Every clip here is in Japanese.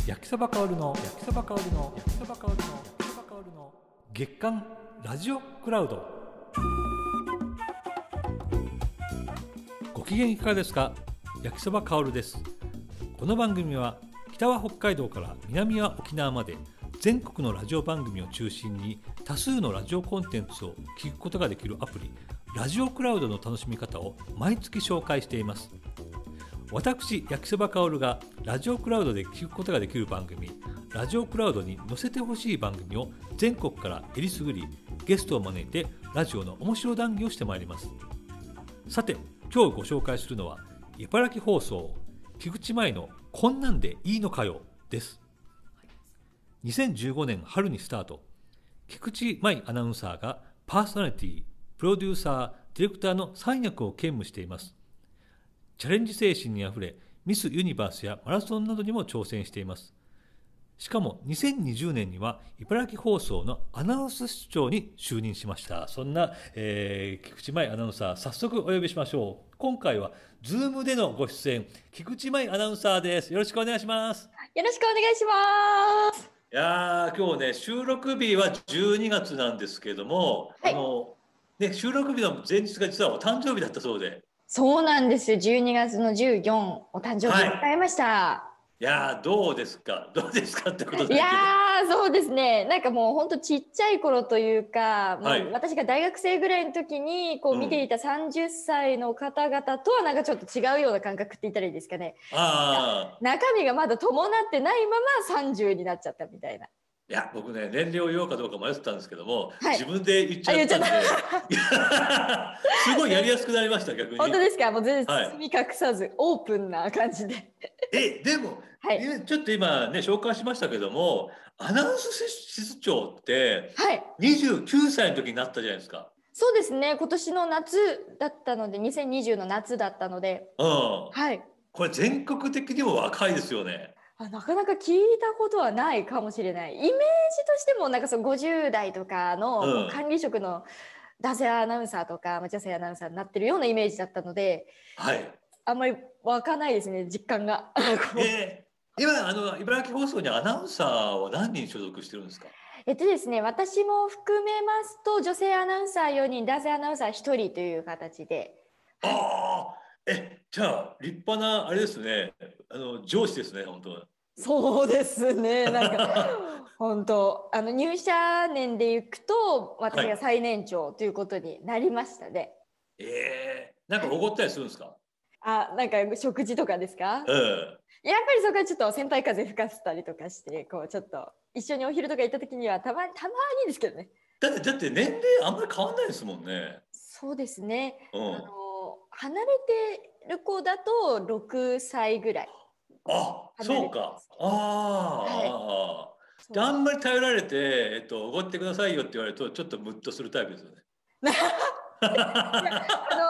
焼きそば香るの月刊ラジオクラウド。ご機嫌いかがですか？焼きそば香るです。この番組は北は北海道から南は沖縄まで全国のラジオ番組を中心に多数のラジオコンテンツを聞くことができるアプリラジオクラウドの楽しみ方を毎月紹介しています。私焼きそば香るがラジオクラウドで聞くことができる番組ラジオクラウドに載せてほしい番組を全国からえりすぐりゲストを招いてラジオの面白談義をしてまいります。さて今日ご紹介するのは茨城放送菊池舞のこんなんでいいのかよです。2015年春にスタート、菊池舞アナウンサーがパーソナリティ、プロデューサー、ディレクターの3役を兼務しています。チャレンジ精神にあふれ、ミスユニバースやマラソンなどにも挑戦しています。しかも2020年には茨城放送のアナウンス室長に就任しました。そんな、菊池舞アナウンサー、早速お呼びしましょう。今回は Zoom でのご出演、菊池舞アナウンサーです。よろしくお願いします。 よろしくお願いします。 いやー、今日ね、収録日は12月なんですけども、 はいね、収録日の前日が実はお誕生日だったそうで。 そうなんですよ。12月の14、お誕生日を迎えました。 いやー、どうですかってことだけど。 いやー、そうですね。なんかもうほんとちっちゃい頃というか、もう私が大学生ぐらいの時にこう見ていた30歳の方々とはなんかちょっと違うような感覚って言ったらいいですかね。中身がまだ伴ってないまま30になっちゃったみたいな。 いや、僕ね、年齢を言おうかどうか迷ってたんですけども、 はい、 自分で言っちゃったんで、すごいやりやすくなりました、逆に。 本当ですか？もう全然包み隠さず、オープンな感じで。 でも、ちょっと今ね、紹介しましたけども、アナウンス室長って、29歳の時になったじゃないですか。 そうですね。今年の夏だったので、2020の夏だったので。これ全国的にも若いですよね。 なかなか聞いたことはないかもしれない。イメージとしても、なんかその50代とかの管理職の男性アナウンサーとか、女性アナウンサーになってるようなイメージだったので、あんまり湧かないですね、実感が。 今、茨城放送にアナウンサーは何人所属してるんですか？ ですね、私も含めますと、女性アナウンサー4人、男性アナウンサー1人という形で。 じゃあ、立派な、あれですね、上司ですね、本当は。 そうですね、なんか、本当、入社年でいくと、私が最年長ということになりましたね。 なんかおごったりするんですか？ なんか食事とかですか？やっぱりそこはちょっと先輩風吹かせたりとかして、こうちょっと一緒にお昼とか行った時にはたまにですけどね。 だって年齢あんまり変わんないですもんね。 そうですね。離れてる子だと6歳ぐらい。 そうか。あんまり頼られて、おごってくださいよって言われるとちょっとムッとするタイプですよね。 どっちかって言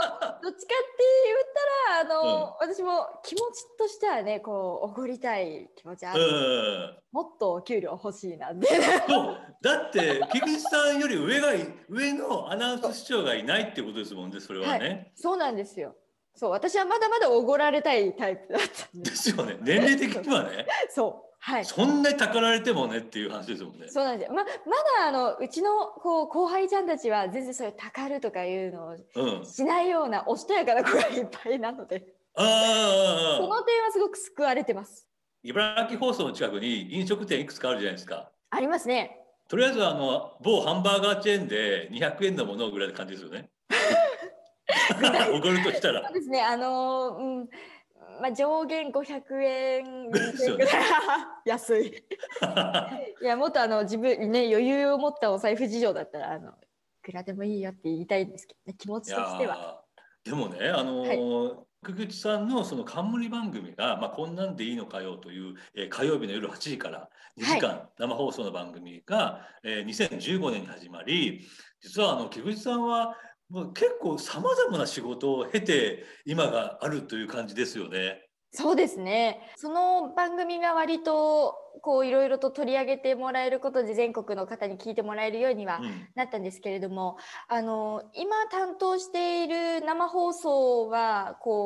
ったら私も気持ちとしてはね、こうおごりたい気持ちある。もっとお給料欲しいなって。 だって菊池さんより上のアナウンス室長がいないってことですもんね、それはね。 そうなんですよ。そう、私はまだまだおごられたいタイプだったんですよね。年齢的にはね。そんなにたかられてもねっていう話ですもんね。 そうなんですよ。まだうちの後輩ちゃんたちは全然そういうたかるとかいうのをしないようなおしとやかな子がいっぱいなので、その点はすごく救われてます。 茨城放送の近くに飲食店いくつかあるじゃないですか。 ありますね。 とりあえず某ハンバーガーチェーンで200円のものぐらいの感じですよね。おごるとしたら。 そうですね。上限500円ですよね。 安い。いや、もっと自分ね、余裕を持ったお財布事情だったらいくらでもいいよって言いたいんですけどね、気持ちとしては。 でもね、菊池さんのその冠番組が、こんなんでいいのかよという、火曜日の夜8時から2時間生放送の番組が、2015年に始まり、実は菊池さんはもう結構さまざまな仕事を経て今があるという感じですよね。 そうですね。その番組が割とこういろいろと取り上げてもらえることで全国の方に聞いてもらえるようにはなったんですけれども、今担当している生放送はこ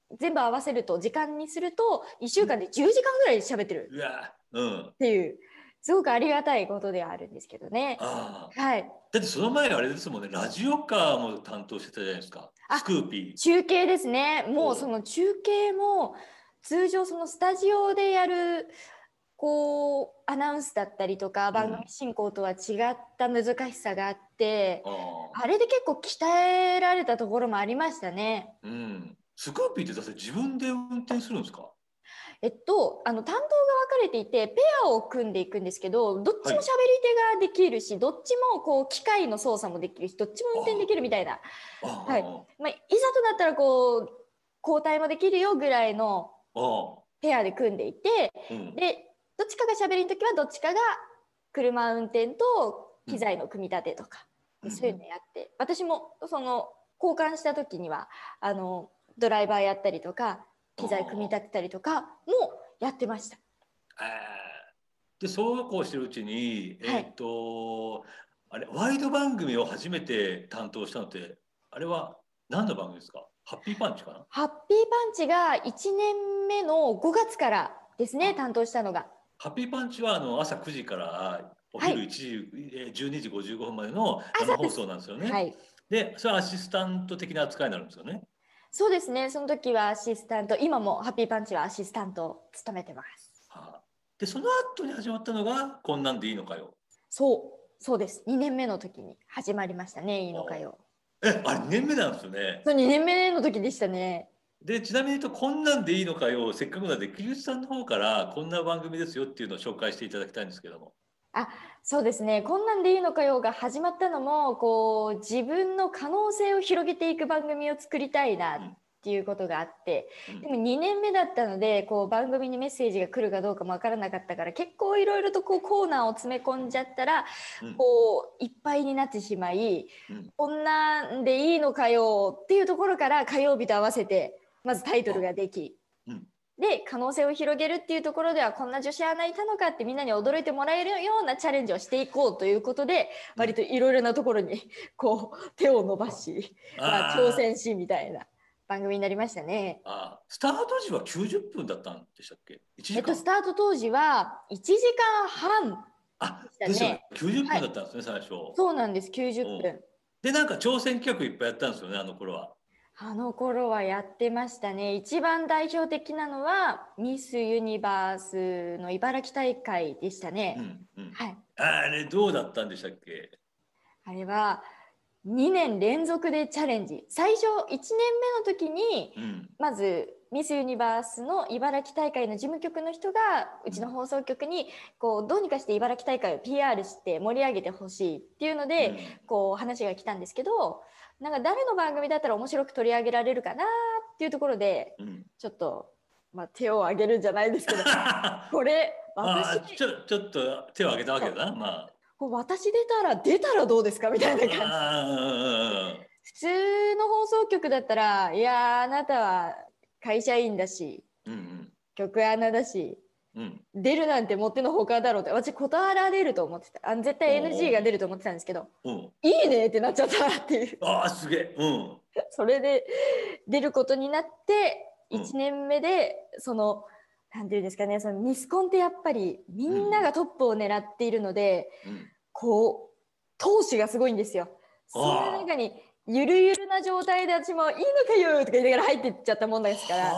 全部合わせると時間にすると1週間で10時間ぐらい喋ってるっていうすごくありがたいことではあるんですけどね。はい。 だってその前あれですもんね、ラジオカーも担当してたじゃないですか。スクーピー。 中継ですね。もうその中継も通常そのスタジオでやるこうアナウンスだったりとか番組進行とは違った難しさがあって、あれで結構鍛えられたところもありましたね。 スクーピーって自分で運転するんですか？ 担当が分かれていてペアを組んでいくんですけど、どっちも喋り手ができるし、どっちもこう機械の操作もできるし、どっちも運転できるみたいな、はい、いざとなったらこう交代もできるよぐらいのペアで組んでいて、でどっちかが喋りの時はどっちかが車運転と機材の組み立てとか、そういうのやって、私もその交換した時にはドライバーやったりとか機材組み立てたりとかもやってました。 でそうこうしてるうちに、あれワイド番組を初めて担当したのってあれは何の番組ですか？ハッピーパンチかな？ ハッピーパンチが1年目の5月からですね、担当したのが。 ハッピーパンチは朝9時からお昼1時、12時55分までの生放送なんですよね。でそれはアシスタント的な扱いになるんですよね。 そうですね、その時はアシスタント、今もハッピーパンチはアシスタントを務めてます。 でその後に始まったのがこんなんでいいのかよ。 そうです、2年目の時に始まりましたね、いいのかよ。 あれ2年目なんですよね。 そう、2年目の時でしたね。 でちなみに言うとこんなんでいいのかよ、せっかくなので木内さんの方からこんな番組ですよっていうのを紹介していただきたいんですけども。 そうですね、こんなんでいいのかよが始まったのもこう自分の可能性を広げていく番組を作りたいなっていうことがあって、でも2年目だったのでこう番組にメッセージが来るかどうかも分からなかったから、結構いろいろとこうコーナーを詰め込んじゃったら、こういっぱいになってしまい、こんなんでいいのかよっていうところから火曜日と合わせてまずタイトルができ、で可能性を広げるっていうところではこんな女子アナいたのかってみんなに驚いてもらえるようなチャレンジをしていこうということで、割といろいろなところにこう手を伸ばし、挑戦しみたいな番組になりましたね。 スタート時は90分だったんでしたっけ？1時間。 スタート当時は1時間半でしたね。 90分だったんですね、最初。 そうなんです、90分。 でなんか挑戦企画いっぱいやったんですよね、あの頃は。 あの頃はやってましたね。一番代表的なのはミスユニバースの茨城大会でしたね。 あれどうだったんでしたっけ？ あれは2年連続でチャレンジ。最初1年目の時に、まずミスユニバースの茨城大会の事務局の人がうちの放送局にこうどうにかして茨城大会を PR して盛り上げてほしいっていうので、こう話が来たんですけど、なんか誰の番組だったら面白く取り上げられるかなっていうところで、ちょっと、手を挙げるんじゃないですけどこれ私ちょっと手を挙げたわけだな。 私出たらどうですかみたいな感じ。普通の放送局だったら、いやあなたは会社員だし、局アナだし、出るなんてもってのほかだろうって私断られると思ってた。絶対 NG が出ると思ってたんですけど、いいねってなっちゃったっていう。 すげえ。 それで出ることになって1年目でそのなんていうんですかね、そのミスコンってやっぱりみんながトップを狙っているので、こう闘志がすごいんですよ。その中にゆるゆるな状態で私もいいのかよとか言いながら入っていっちゃったもんですから、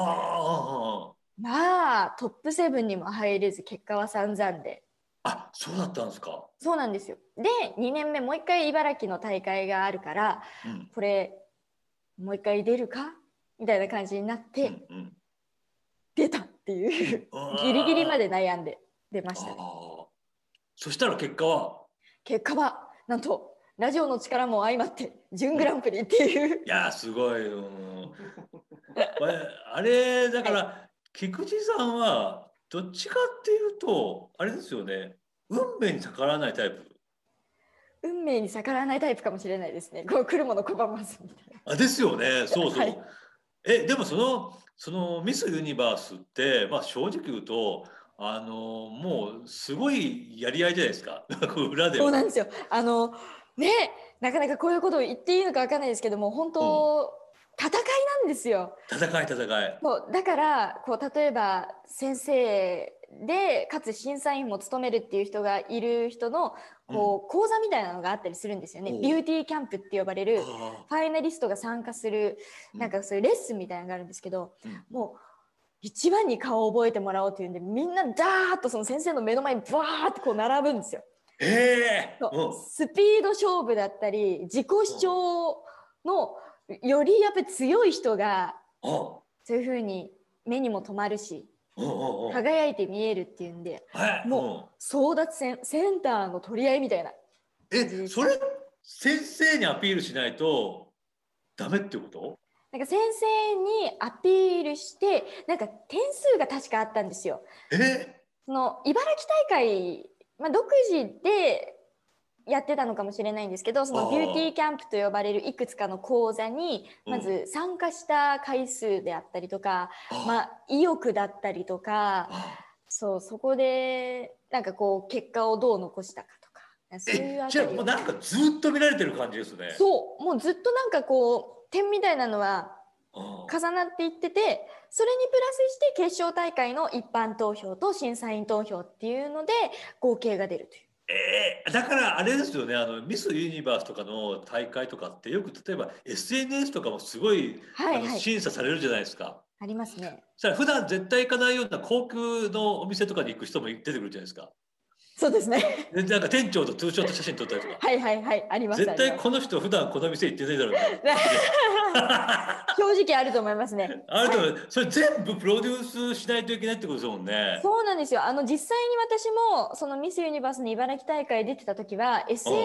トップ7にも入れず結果は散々で。 そうだったんですか？ そうなんですよ。で2年目もう一回茨城の大会があるから、これもう一回出るかみたいな感じになって、出たっていうギリギリまで悩んで出ましたね。 そしたら結果はなんとラジオの力も相まって準グランプリっていう、 いやすごい。あれだから、菊池さんはどっちかっていうとあれですよね、運命に逆らわないタイプ。 運命に逆らわないタイプかもしれないですね。こう来るもの拒ますみたいな。 ですよね。そうそう。でもそのミスユニバースって、正直言うともうすごいやり合いじゃないですか裏では。 そうなんですよ。なかなかこういうことを言っていいのか分かんないですけども、本当、 戦いなんですよ。 戦い。 そうだからこう例えば先生でかつ審査員も務めるっていう人がいる人のこう講座みたいなのがあったりするんですよね。ビューティーキャンプって呼ばれるファイナリストが参加するなんかそういうレッスンみたいなのがあるんですけど、もう一番に顔を覚えてもらおうというんでみんなダーッとその先生の目の前にバーッとこう並ぶんですよ。スピード勝負だったり自己主張のよりやっぱり強い人がそういうふうに目にも留まるし輝いて見えるっていうんで、もう争奪戦センターの取り合いみたいな。 それ先生にアピールしないとダメってこと？ なんか先生にアピールしてなんか点数が確かあったんですよ。その茨城大会、独自でやってたのかもしれないんですけど、そのビューティーキャンプと呼ばれるいくつかの講座にまず参加した回数であったりとか、意欲だったりとか、そこでなんかこう結果をどう残したかとか、そういうあたりを。 じゃあもうなんかずっと見られてる感じですね。 そうもうずっとなんかこう点みたいなのは重なっていってて、それにプラスして決勝大会の一般投票と審査員投票っていうので合計が出るという。 だからあれですよね、ミスユニバースとかの大会とかってよく例えば SNS とかもすごい、審査されるじゃないですか。 ありますね。 そしたら普段絶対行かないような高級のお店とかに行く人も出てくるじゃないですか。 そうですね。 なんか店長とツーショット写真撮ったりとか。 あります。 絶対この人普段この店行ってないだろうね。 正直あると思いますね。 あると思う。それ全部プロデュースしないといけないってことですもんね。 そうなんですよ。実際に私もそのミスユニバースの茨城大会出てた時は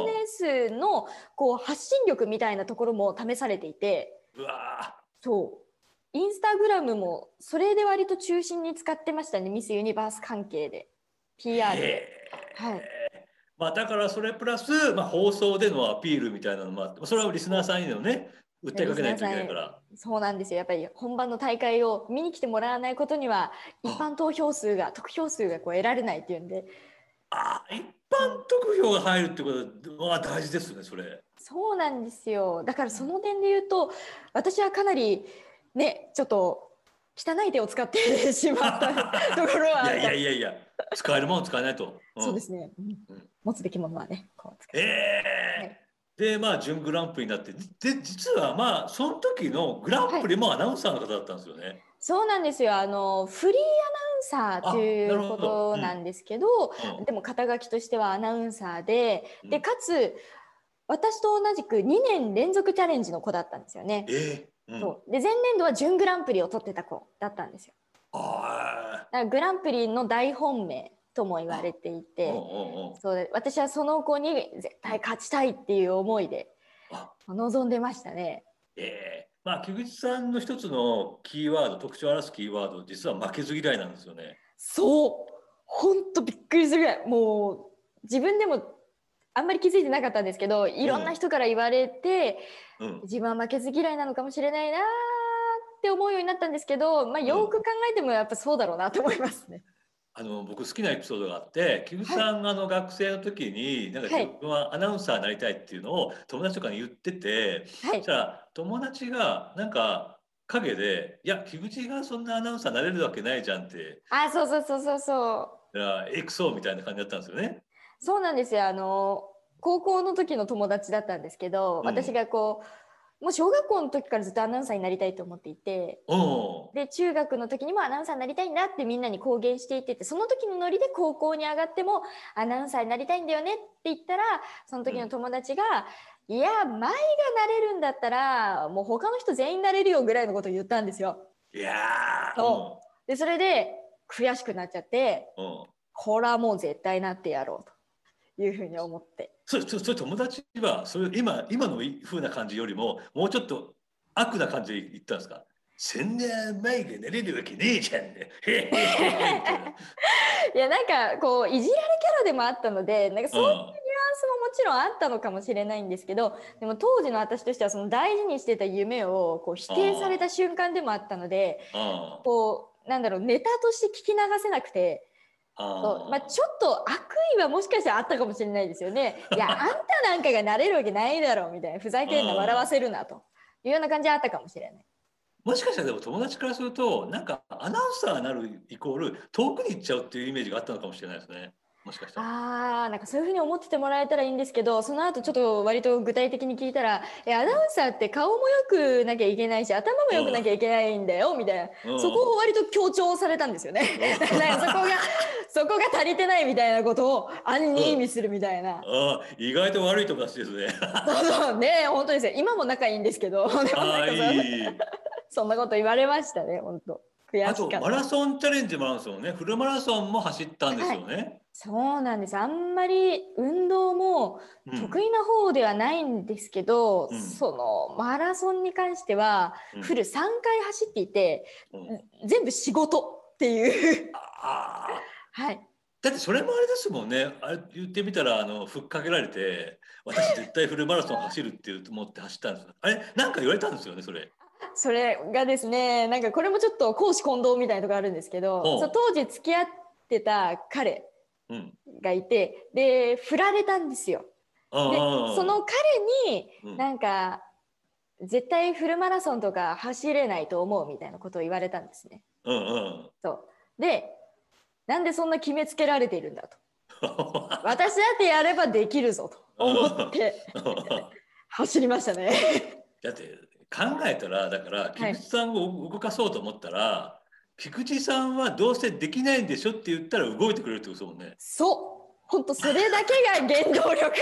SNS のこう発信力みたいなところも試されていて、そうインスタグラムもそれで割と中心に使ってましたね、ミスユニバース関係で PR で。 だからそれプラス、放送でのアピールみたいなのもあって、それはリスナーさんにのね訴えかけないといけないから。 そうなんですよ。やっぱり本番の大会を見に来てもらわないことには一般投票数が得票数がこう得られないっていうんで。 一般得票が入るってことは大事ですね、それ。 そうなんですよ。だからその点で言うと私はかなりねちょっと汚い手を使ってしまったところは。 いや使えるもの使えないと。 そうですね。持つべきものはねこう使で準グランプリになって、で実はその時のグランプリもアナウンサーの方だったんですよね。 そうなんですよ。フリーアナウンサーということなんですけど、でも肩書きとしてはアナウンサーで、かつ私と同じく2年連続チャレンジの子だったんですよね。で前年度は準グランプリを取ってた子だったんですよ。だからグランプリの大本命とも言われていて、私はその子に絶対勝ちたいっていう思いで臨んでましたね。 木口さんの一つのキーワード、特徴を表すキーワード、実は負けず嫌いなんですよね。 そうほんとびっくりするぐらい、もう自分でもあんまり気づいてなかったんですけど、いろんな人から言われて、自分は負けず嫌いなのかもしれないなって思うようになったんですけど、よく考えてもやっぱそうだろうなと思いますね。 僕好きなエピソードがあって、木口さんが学生の時になんか自分はアナウンサーになりたいっていうのを友達とかに言ってて、そしたら友達がなんか陰で「いや木口がそんなアナウンサーになれるわけないじゃん」って。エクソみたいな感じだったんですよね。 そうなんですよ。高校の時の友達だったんですけど、私がもう小学校の時からずっとアナウンサーになりたいと思っていて、で中学の時にもアナウンサーになりたいんだってみんなに公言していて、その時のノリで高校に上がってもアナウンサーになりたいんだよねって言ったら、その時の友達が「いや舞がなれるんだったらもう他の人全員なれるよ」ぐらいのことを言ったんですよ。でそれで悔しくなっちゃって、これはもう絶対なってやろうというふうに思って。 それ友達はそれ今の風な感じよりももうちょっと悪な感じで言ったんですか？そんな前がなれるわけねえじゃんね。 いやなんかこういじられキャラでもあったので、なんかそういうニュアンスももちろんあったのかもしれないんですけど、でも当時の私としてはその大事にしてた夢をこう否定された瞬間でもあったので、こうなんだろう、ネタとして聞き流せなくて。ちょっと悪意はもしかしたらあったかもしれないですよね。いやあんたなんかがなれるわけないだろうみたいな、ふざけんな、笑わせるなというような感じはあったかもしれない。 もしかしたらでも友達からするとなんかアナウンサーになるイコール遠くに行っちゃうっていうイメージがあったのかもしれないですね。もしかしたら。 なんかそういうふうに思っててもらえたらいいんですけど、その後ちょっと割と具体的に聞いたら、アナウンサーって顔もよくなきゃいけないし、頭もよくなきゃいけないんだよみたいな、そこを割と強調されたんですよね。なんかそこが足りてないみたいなことを暗に意味するみたいな。 意外と悪い友達ですね。 そうね、本当ですよ。今も仲いいんですけど、でもなんかいい。 そんなこと言われましたね、本当。悔しかった。 あとマラソンチャレンジもあるんですよね。フルマラソンも走ったんですよね。はい、 そうなんです。あんまり運動も得意な方ではないんですけど、そのマラソンに関してはフル3回走っていて、全部仕事っていうはい。 だってそれもあれですもんね。あれ言ってみたらふっかけられて、私絶対フルマラソン走るって思って走ったんです。あれなんか言われたんですよね、それ。 それがですね、なんかこれもちょっと公私混同みたいなところあるんですけど、そう当時付き合ってた彼がいて、で振られたんですよ。でその彼になんか、絶対フルマラソンとか走れないと思うみたいなことを言われたんですね。そうで、なんでそんな決めつけられているんだと私だってやればできるぞと思って走りましたね。 だって考えたら、だから菊池さんを動かそうと思ったら、菊池さんはどうせできないんでしょって言ったら動いてくれるってことですもんね。 そう、本当それだけが原動力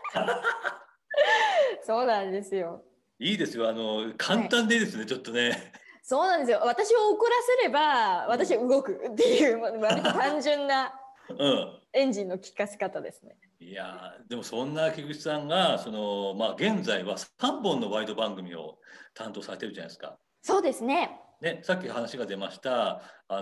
そうなんですよ。 いいですよ、簡単でいいですね、ちょっとね。 そうなんですよ。私を怒らせれば私は動くっていう割と単純なエンジンの効かせ方ですね。 いやでもそんな菊池さんが現在は3本のワイド番組を担当されてるじゃないですか。 そうですね。 さっき話が出ました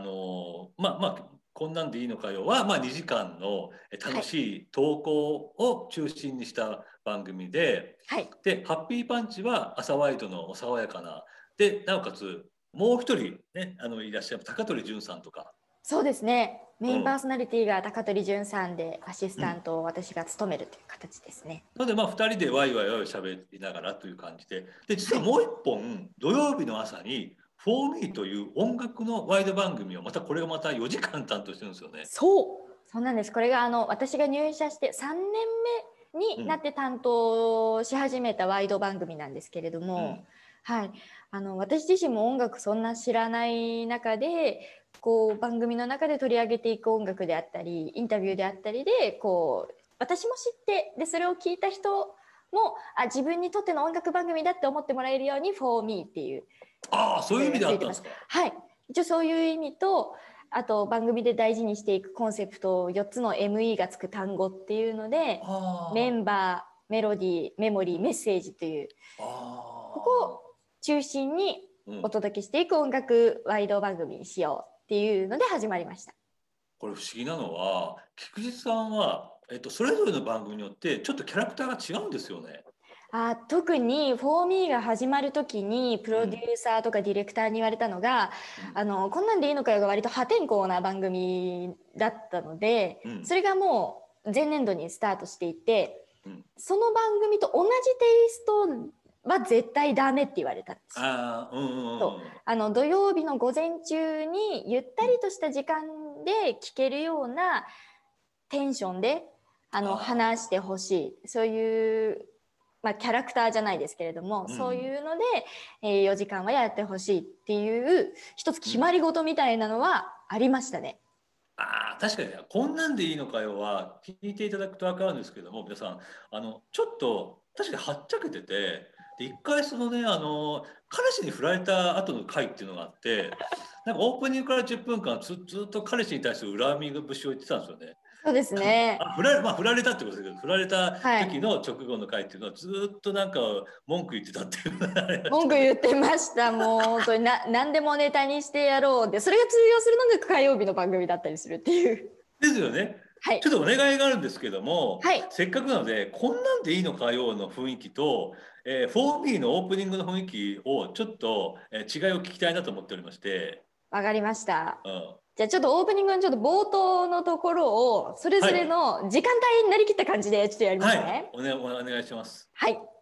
こんなんでいいのかよは、2時間の楽しい投稿を中心にした番組で、でハッピーパンチは朝ワイドの爽やかなで、なおかつもう一人ねいらっしゃる高取淳さんとか。 そうですね。メインパーソナリティが高取淳さんで、アシスタントを私が務めるという形ですね。 なので2人でワイワイワイ喋りながらという感じで、実はもう一本、土曜日の朝に「4Me」という音楽のワイド番組をこれがまた4時間担当してるんですよね。 そうなんです。これが私が入社して3年目になって担当し始めたワイド番組なんですけれども、私自身も音楽そんな知らない中で番組の中で取り上げていく音楽であったりインタビューであったりで私も知ってでそれを聞いた人も自分にとっての音楽番組だって思ってもらえるように「4Me」っていうそういう意味であったんですか。 一応そういう意味と、あと番組で大事にしていくコンセプト4つの ME がつく単語っていうので、メンバー、メロディー、メモリー、メッセージというここを中心にお届けしていく音楽ワイド番組にしようっていうので始まりました。 これ不思議なのは菊池さんは、それぞれの番組によってちょっとキャラクターが違うんですよね。 特に「4Me」が始まる時にプロデューサーとかディレクターに言われたのが「こんなんでいいのかよ」が割と破天荒な番組だったので、それがもう前年度にスタートしていて、その番組と同じテイストは絶対ダメって言われたんですよ。土曜日の午前中にゆったりとした時間で聴けるようなテンションで話してほしい、そういうキャラクターじゃないですけれども、そういうので、4時間はやってほしいっていう一つ決まり事みたいなのはありましたね。 確かに「こんなんでいいのかよ」は聞いていただくと分かるんですけども、皆さんちょっと確かにはっちゃけてて、で一回彼氏に振られた後の回っていうのがあって、なんかオープニングから10分間ずっと彼氏に対する恨み節を言ってたんですよね。 そうですね。 振られたってことですけど、振られた時の直後の回っていうのはずっとなんか文句言ってたっていう文句言ってました。もう本当に何でもネタにしてやろうで、それが通用するのが火曜日の番組だったりするっていう。 ですよね。ちょっとお願いがあるんですけども、せっかくなので「こんなんでいいのかよ」の雰囲気と4Me のオープニングの雰囲気をちょっと違いを聞きたいなと思っておりまして。 わかりました。じゃあちょっとオープニングのちょっと冒頭のところをそれぞれの時間帯になりきった感じでちょっとやりますね。 お願いします。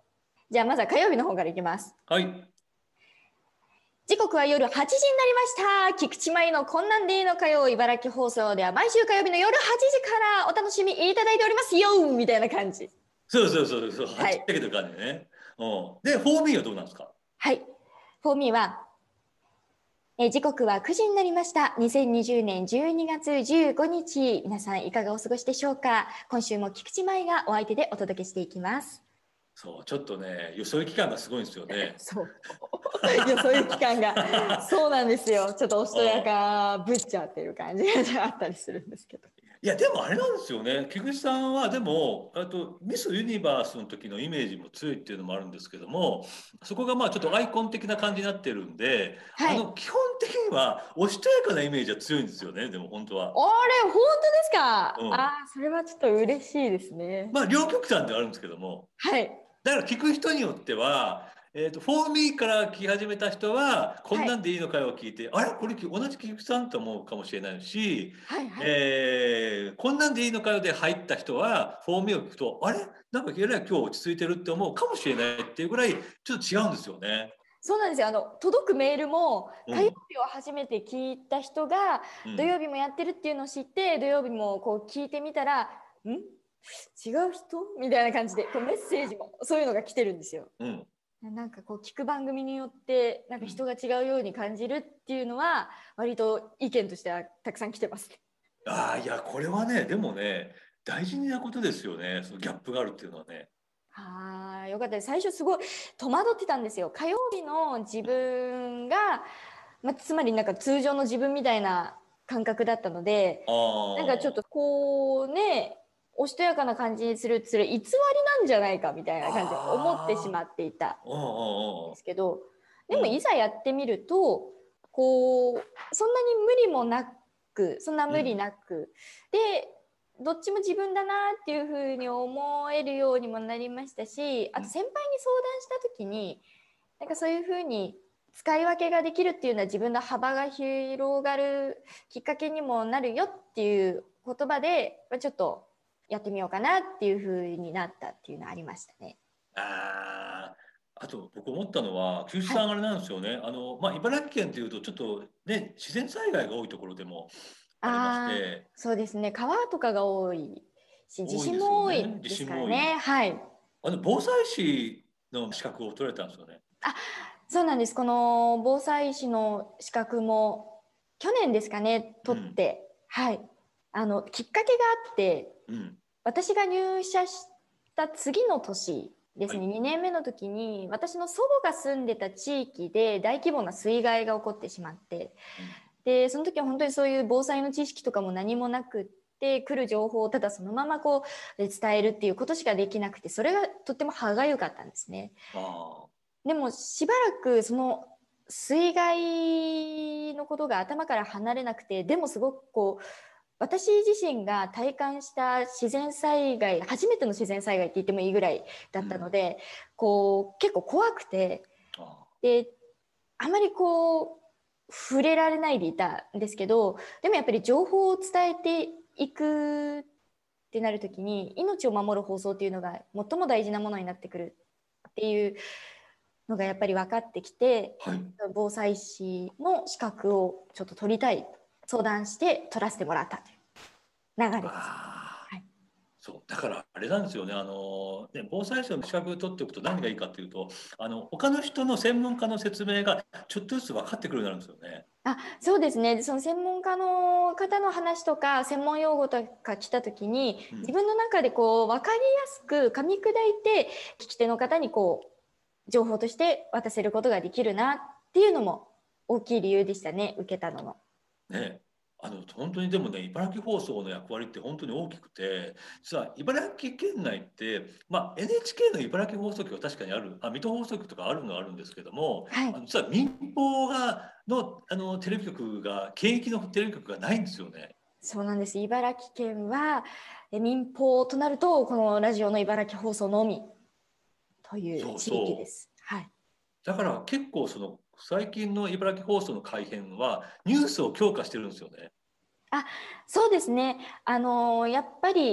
じゃあまずは火曜日の方からいきます。 はい。 時刻は夜8時になりました。菊池舞のこんなんでいいのかよ。茨城放送では毎週火曜日の夜8時からお楽しみいただいておりますよみたいな感じ。 そうそうそうそう、ははい。 っちゃけてる感じね。うん。で、フォーミーはどうなんですか？ はい。フォーミーは、時刻は9時になりました。2020年12月15日。皆さんいかがお過ごしでしょうか？今週も菊池舞がお相手でお届けしていきます。 そう、ちょっとね、よそ行き感がすごいんですよね。 そう。よそ行き感が。そうなんですよ。ちょっとおしとやかぶっちゃってる感じがあったりするんですけど。 いや、でもあれなんですよね。菊池さんは、でも、ミス・ユニバースの時のイメージも強いっていうのもあるんですけども、そこがまあちょっとアイコン的な感じになってるんで、 はい。 基本的にはおしとやかなイメージは強いんですよね、でも本当は。 あれ、本当ですか？あうん。 あ、それはちょっと嬉しいですね。 まあ、両極端ではあるんですけども、 はい。 だから聞く人によっては、フォーミーから聞き始めた人は、こんはい。 なんでいいのかよを聞いて、あれこれ同じ菊池さんと思うかもしれないし、 はい。はい。 こんなんでいいのかよで入った人は、フォーミーを聞くと、あれなんかえらい今日落ち着いてるって思うかもしれないっていうぐらい、ちょっと違うんですよね。 そうなんですよ。届くメールも、火曜うん、 日を初めて聞いた人が、 うん、 土曜日もやってるっていうのを知って、土曜日もこう聞いてみたら、違う人みたいな感じで、こうメッセージも、そういうのが来てるんですよ。 うん、 なんかこう聞く番組によってなんか人うん。 が違うように感じるっていうのは割と意見としてはたくさん来てます。 ああ、いや、これはね、でもね、大事なことですよね。そのギャップがあるっていうのはね。 よかったです。最初すごい戸惑ってたんですよ。火曜日の自分が、つまりなんか通常の自分みたいな感覚だったので、 あなんかちょっとあ、 こうね、おしとやかな感じにするそれ偽りなんじゃないかみたいな感じで思ってしあまっていたあ、うん、 んでうん、 すけど、でもうん、 いざやってみると、こうそんなに無理もなく、そんな無理うん、 なくで、どっちも自分だなっていうふうに思えるようにもなりましたし、あとうん。 先輩に相談した時になんかそういうふうに使い分けができるっていうのは自分の幅が広がるきっかけにもなるよっていう言葉でちょっとやってみようかなっていうふうになったっていうのはありましたね。 ああ、あと僕思ったのは、九州はい。 さんあれなんですよね。まあ、茨城県というと、ちょっとね、自然災害が多いところでもありましああ、 て、 そうですね。川とかが多いし、地震多いですよも多いね。地です震からね。 も多い。 はい。 防災士の資格を取られたんですよね。 あ、そうなんです。この防災士の資格も去年ですかね、取っうん、 て、はい。きっかけがあって、 うん、 私が入社した次の年ですね、 はい。 2年目の時に、私の祖母が住んでた地域で大規模な水害が起こってしまって、 うん、 でその時は本当にそういう防災の知識とかも何もなくって来る情報をただそのままこう伝えるっていうことしかできなくて、それがとっても歯がゆかったんですね。 ああ、 でもしばらくその水害のことが頭から離れなくて、でもすごくこう私自身が体感した自然災害、初めての自然災害って言ってもいいぐらいだったのうん、 で、こう結構怖くて、 あであまりこう触れられないでいたんですけど、でもやっぱり情報を伝えていくってなるときに命を守る放送っていうのが最も大事なものになってくるっていうのがやっぱり分かってきて、 あ、はい。 防災士の資格をちょっと取りたい、相談して取らせてもらったという流れです。 ああ。 はい。 そう、だからあれなんですよね、防災士の資格を取っておくと何がいいかというと、他の人の専門家の説明がちょっとずつ分かってくるようになるんですよね。 そうですね。その専門家の方の話とか専門用語とか来た時に、 うん。 自分の中でこう分かりやすく噛み砕いて聞き手の方にこう情報として渡せることができるなっていうのも大きい理由でしたね、受けたのの。 ね。本当にでもね、茨城放送の役割って本当に大きくて、実は茨城県内って、まあ、NHK の茨城放送局は確かにある、水戸放送局とかあるのはあるんですけども、 はい。 実は民放のテレビ局が、県域のテレビ局がないんですよね。 そうなんです。茨城県は民放となるとこのラジオの茨城放送のみというそう地域でそう。 す。はい。 だから結構最近の茨城放送の改編はニュースを強化してるんですよね。 そうですね。やっぱり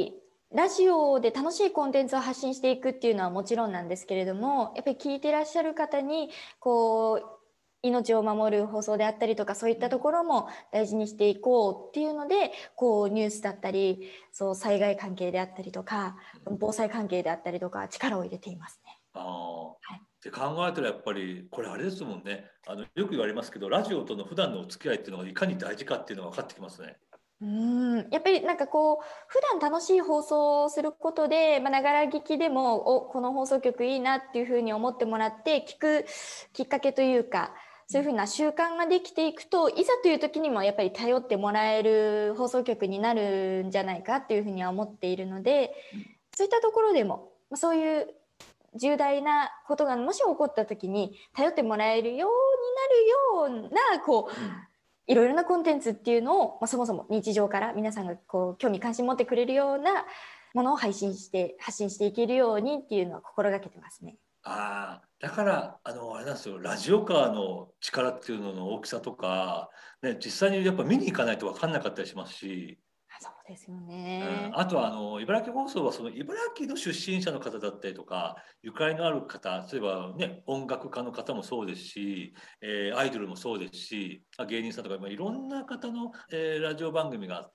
ラジオで楽しいコンテンツを発信していくっていうのはもちろんなんですけれども、やっぱり聞いてらっしゃる方にこう命を守る放送であったりとか、そういったところも大事にしていこうっていうので、こうニュースだったり、そう災害関係であったりとか、防災関係であったりとか力を入れていますね。 って考えたらやっぱりこれあれですもんね。よく言われますけど、ラジオとの普段のお付き合いっていうのがいかに大事かっていうのが分かってきますね。 やっぱりなんかこう普段楽しい放送をすることで、ながら聞きでもこの放送局いいなっていうふうに思ってもらって聞くきっかけというか、そういうふうな習慣ができていくと、いざという時にもやっぱり頼ってもらえる放送局になるんじゃないかっていうふうには思っているので、そういったところでもそういう重大なことがもし起こった時に頼ってもらえるようになるようないろいろなコンテンツっていうのを、そもそも日常から皆さんがこう興味関心持ってくれるようなものを発信していけるようにっていうのは心がけてますね。 だからあれなんですよ、ラジオカーの力っていうのの大きさとか、ね、実際にやっぱ見に行かないと分かんなかったりしますし。 そうですよね。 あとは茨城放送はその茨城の出身者の方だったりとか、ゆかりのある方、例えばね、音楽家の方もそうですし、アイドルもそうですし、芸人さんとかいろんな方の、ラジオ番組があって、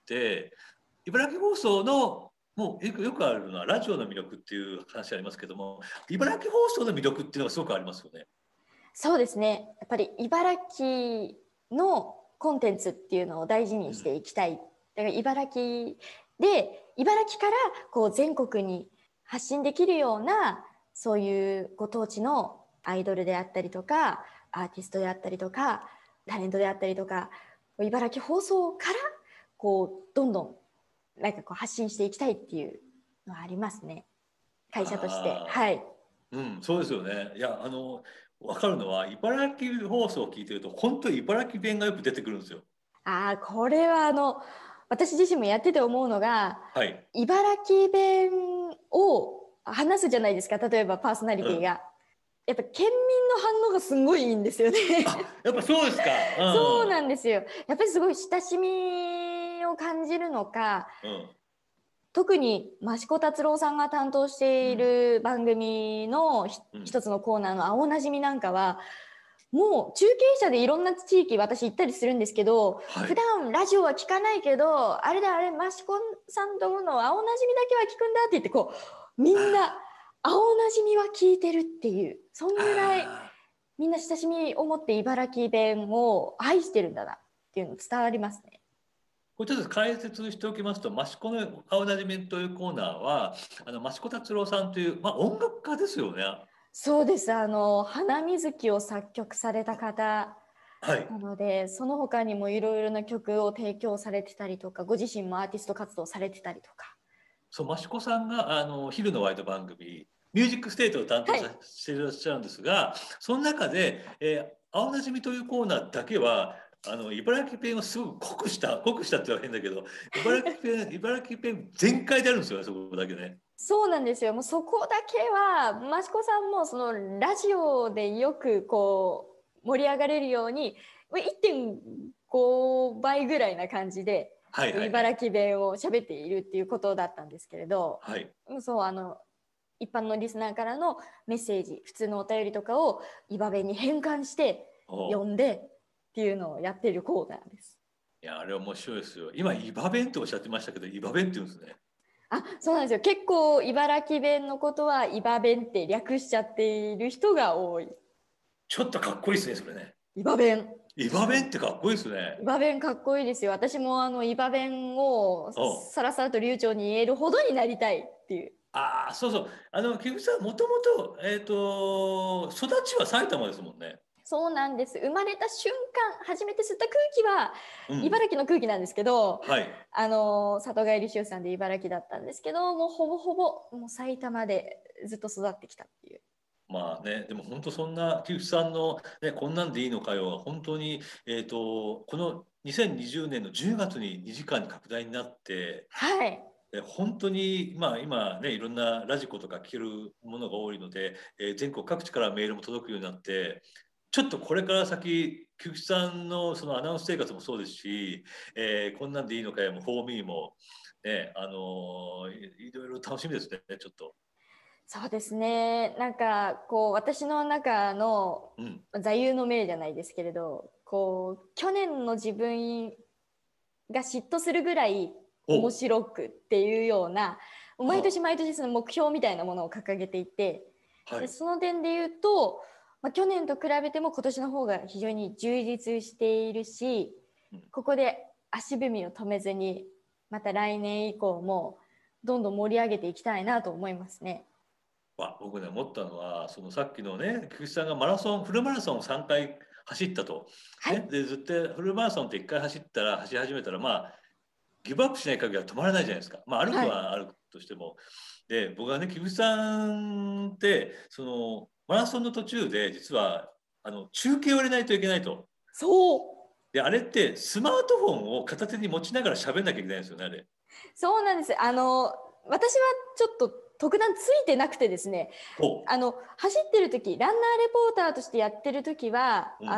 茨城放送のもうよくあるのはラジオの魅力っていう話ありますけども、茨城放送の魅力っていうのがすごくありますよね。 そうですね。やっぱり茨城のコンテンツっていうのを大事にしていきたい。だから茨城からこう全国に発信できるような、そういうご当地のアイドルであったりとか、アーティストであったりとか、タレントであったりとか、茨城放送からこうどんどんなんかこう発信していきたいっていうのはありますね。会社として。はい。 そうですよね。いや、分かるのは、茨城放送を聞いてると、本当に茨城弁がよく出てくるんですよ。 これは私自身もやってて思うのが、 はい、 茨城弁を話すじゃないですか、例えばパーソナリティが。やっぱ県民の反応がすごいいいんですよね。 やっぱそうですか。 そうなんですよ。やっぱりすごい親しみを感じるのか、特に益子達郎さんが担当している番組の一つのコーナーの青なじみなんかは、もう中継車でいろんな地域私行ったりするんですけど、普段ラジオは聞かないけど、あれ益子さんとの青なじみだけは聞くんだって言って、こうみんな青なじみは聞いてるっていう、そんぐらいみんな親しみを持って茨城弁を愛してるんだなっていうの伝わりますね。 これちょっと解説しておきますと、益子の青なじみというコーナーは、益子達郎さんという、音楽家ですよね。 そうです。花水木を作曲された方なので、その他にもいろいろな曲を提供されてたりとか、ご自身もアーティスト活動されてたりとか。 そう、益子さんが昼のワイド番組「ミュージックステート」を担当していらっしゃるんですが、その中で、青なじみというコーナーだけは茨城弁をすごく濃くしたって言われるんだけど、茨城弁全開であるんですよね、そこだけね。 そうなんですよ。もうそこだけは益子さんもそのラジオでよくこう盛り上がれるように 1.5 倍ぐらいな感じで茨城弁を喋っているっていうことだったんですけれど、そう一般のリスナーからのメッセージ、普通のお便りとかを茨弁に変換して読んでっていうのをやっているコーナーです。 いや、あれ面白いですよ。今茨弁っておっしゃってましたけど、茨弁って言うんですね。 そうなんですよ。結構茨城弁のことは茨弁って略しちゃっている人が多い。 ちょっとかっこいいですね、それね。 茨弁。 茨弁ってかっこいいですね。 茨弁かっこいいですよ。私も茨弁をさらさらと流暢に言えるほどになりたいっていう。 そうそう。菊池さん、もともと育ちは埼玉ですもんね。 そうなんです。生まれた瞬間、初めて吸った空気は茨城の空気なんですけど、里帰り出産で茨城だったんですけど、もうほぼほぼもう埼玉でずっと育ってきたっていう。 でも本当そんな菊池さんの、ね、こんなんでいいのかよは本当に、この2020年の10月に2時間に拡大になって、本当に、今ね、いろんなラジコとか聞けるものが多いので、全国各地からメールも届くようになって、 ちょっとこれから先、菊池さんのそのアナウンス生活もそうですし、こんなんでいいのかよも、フォーミーも、ね、いろいろ楽しみですね、ちょっと。 そうですね。なんかこう私の中のうん。 座右の銘じゃないですけれど、こう去年の自分が嫉妬するぐらい面お、 白くっていうような、毎は年毎年その目標みたいなものを掲げていて、 はい。 でその点で言うと、去年と比べても今年の方が非常に充実しているし、 うん、 ここで足踏みを止めずにまた来年以降もどんどん盛り上げていきたいなと思いますね。 僕ね、思ったのは、そのさっきのね、菊池さんがフルマラソンを3回走ったと。ね、 はい。 で、ずっとフルマラソンって1回走り始めたら、ギブアップしない限りは止まらないじゃないですか。歩くはい。 は歩くとしても。で、僕はね、菊池さんって、マラソンの途中で、実は、中継を入れないといけないと。 そう。 で、あれって、スマートフォンを片手に持ちながら喋んなきゃいけないんですよね、あれ。 そうなんです。私はちょっと特段ついてなくてですね、 ほ走ってる時、ランナーレポーターとしてやってる時は、 う。うん。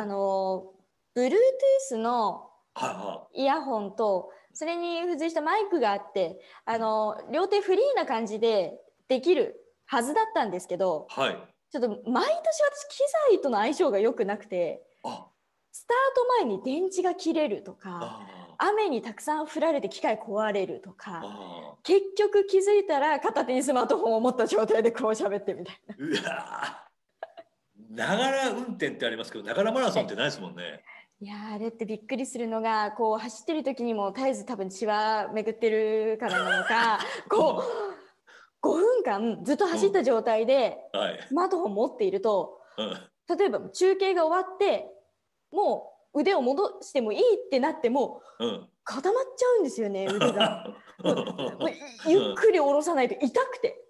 Bluetooth のはいはイヤホンと、それに付随したマイクがあって、両手フリーな感じでできるはずだったんですけど、 い。はい。 ちょっと毎年私機材との相性が良くなくて、 あ、 スタート前に電池が切れるとか、 あ雨にたくさん降られて機械壊れるとあ、 か、 ああ。 結局気づいたら片手にスマートフォンを持った状態でこう喋ってみたいな。 うわながら運転ってありますけど、ながらマラソンってないですもんね。 いやあれってびっくりするのが、こう走ってる時にも絶えず多分血は巡ってるからなのか、こうう5分間ずっとん。うん。 走った状態ではい。 スマートフォン持っていると、 うん。 例えば中継が終わってもう腕を戻してもいいってなってもうん。 固まっちゃうんですよね、腕が。もうゆっうん。 くり下ろさないと痛くて。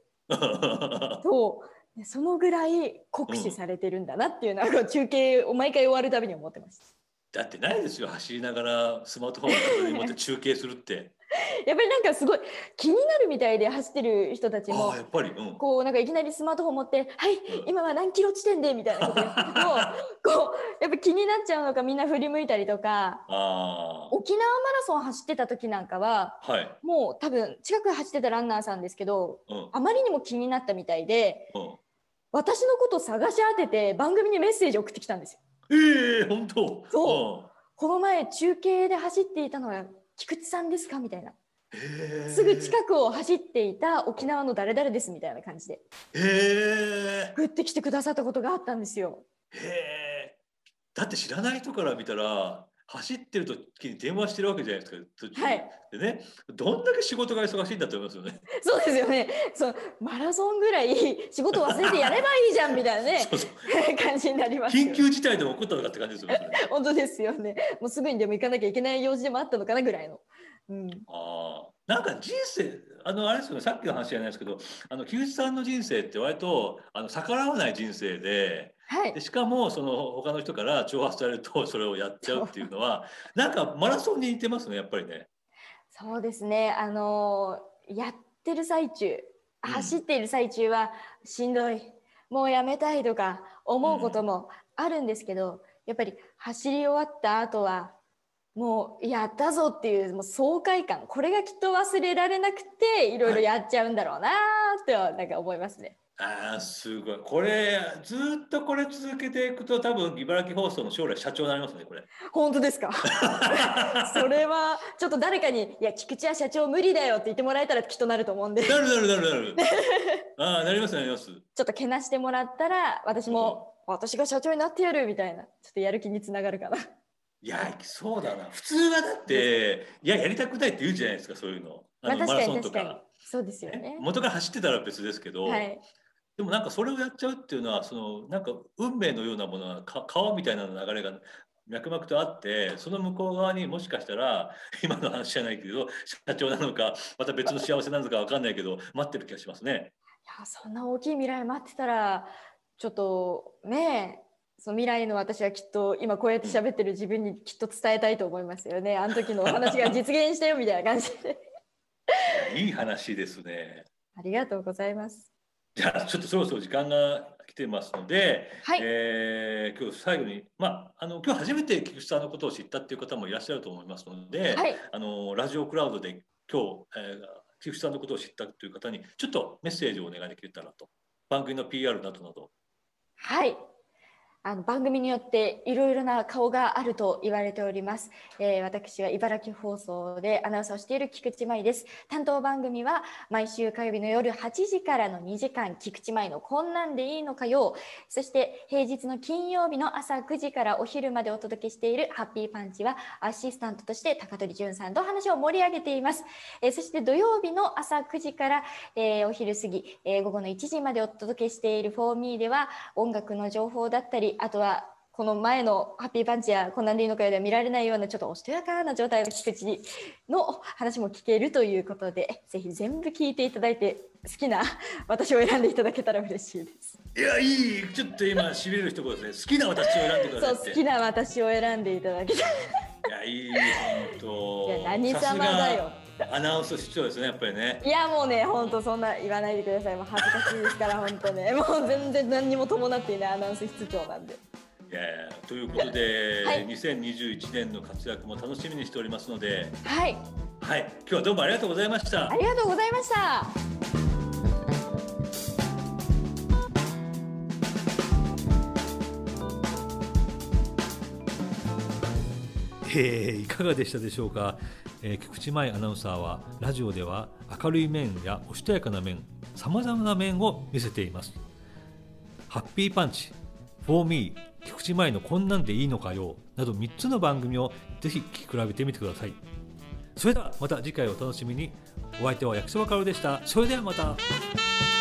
そうそのぐらい酷使うん。 されてるんだなっていうのは中継を毎回終わるたびに思ってます。 だってないですよ、走りながらスマートフォンを片手に持って中継するって。 やっぱりなんかすごい気になるみたいで、走ってる人たちああ、 もやっぱり。うん。 こうなんかいきなりスマートフォン持って「はいうん。 今は何キロ地点で」みたいなこと言ってもこうやっぱ気になっちゃうのか、みんな振り向いたりとか。 あ沖縄マラソン走ってた時なんかはあ、はい。 もう多分近く走ってたランナーさんですけど、 うん。 あまりにも気になったみたいで、 うん。 私のことを探し当てて番組にメッセージを送ってきたんですよ。 ええ本当。 そう、 うこの前中継で走っていたのは菊池さんですかみたいな、 ん。へすぐえ。 近くを走っていた沖縄の誰々ですみたいな感じでへえ。 送ってきてくださったことがあったんですよ。 へえ。だって知らない人から見たら、走ってる時に電話してるわけじゃないですか、途中はい、 でね。どんだけ仕事が忙しいんだと思いますよね。 そうですよね。そう、マラソンぐらい仕事忘れてやればいいじゃんみたいなねそうそう。 感じになりますよね。 緊急事態でも起こったのかって感じですよね、それね。 本当ですよね。もうすぐにでも行かなきゃいけない用事でもあったのかなぐらいの。うん、 ああ、なんか人生、あれですよね、さっきの話じゃないですけど、木内さんの人生って割と、逆らわない人生で、 はい。 しかも、他の人から挑発されると、それをやっちゃうっていうそう、 のは、なんかマラソンに似てますね、やっぱりね。 そうですね。やってる最中、 うん、 走っている最中はしんどい、もうやめたいとか思うことうん。 もあるんですけど、やっぱり走り終わった後はもうやったぞっていうもう爽快感、これがきっと忘れられなくていろいろはい。 やっちゃうんだろうなってはなんか思いますね。 ああ、すごい。これ、ずーっとこれ続けていくと、多分、茨城放送の将来社長になりますね、これ。 本当ですか？それはちょっと誰かに「いや菊池は社長無理だよ」って言ってもらえたらきっとなると思うんでなるなるなるなる。ああ、なりますなります。 ちょっとけなしてもらったら私うん。 も私が社長になってやるみたいな、ちょっとやる気につながるかな。 いや、そうだな。普通はだっですか？ て、いや、やりたくないって言うじゃないですか、そういうの。マラまあ確かに確かにソンとか。 そうですよね。 ね。 元から走ってたら別ですけど、 はい。 でもなんかそれをやっちゃうっていうのは、なんか運命のようなものが、川みたいな流れが脈々とあって、その向こう側にもしかしたら、今の話じゃないけど、社長なのか、また別の幸せなのかわかんないけど、待ってる気がしますね。 いやそんな大きい未来待ってたらちょっとね、その未来の私はきっと今こうやってうん。 喋ってる自分にきっと伝えたいと思いますよね。あの時のお話が実現したよみたいな感じで。 いや、いい話ですね。 ありがとうございます。 じゃあ、ちょっとそろそろ時間が来てますので、 はい、 今日最後に、今日初めて菊池さんのことを知ったっていう方もいらっしゃると思いますので、 はい、 ラジオクラウドで今日、菊池さんのことを知ったという方にちょっとメッセージをお願いできたらと、番組の PR などなど。 はい。番組によっていろいろな顔があると言われております。私は茨城放送でアナウンサーをしている菊池舞です。担当番組は毎週火曜日の夜8時からの2時間、菊池舞のこんなんでいいのかよ。そして平日の金曜日の朝9時からお昼までお届けしているハッピーパンチはアシスタントとして高取淳さんと話を盛り上げています。そして土曜日の朝9時から、お昼過ぎ、午後の1時までお届けしているフォーミーでは音楽の情報だったり、あとはこの前のハッピーパンチやこんなんでいいのかよでは見られないようなちょっとおしとやかな状態の菊池の話も聞けるということで、ぜひ全部聞いていただいて好きな私を選んでいただけたら嬉しいです。 いや、いい、ちょっと今しびれる一言ですね。好きな私を選んでくださいって。 そう、好きな私を選んでいただけたら。 いや、いい、本当。 いや、何様だよ。 アナウンス室長ですね、やっぱりね。 いや、もうね、本当そんな言わないでください。もう恥ずかしいですから、本当ね、もう全然何にも伴っていないアナウンス室長なんで。 いや、ということで、 はい、 2021年の活躍も楽しみにしておりますので、 はい、 はい、今日はどうもありがとうございました。 ありがとうございました。 いかがでしたでしょうか。菊池舞アナウンサーはラジオでは明るい面やおしとやかな面、さまざまな面を見せています。ハッピーパンチ、フォーミー、菊池舞のこんなんでいいのかよなど3つの番組をぜひ聞き比べてみてください。それではまた次回お楽しみに。お相手は焼きそばかおるでした。それではまた。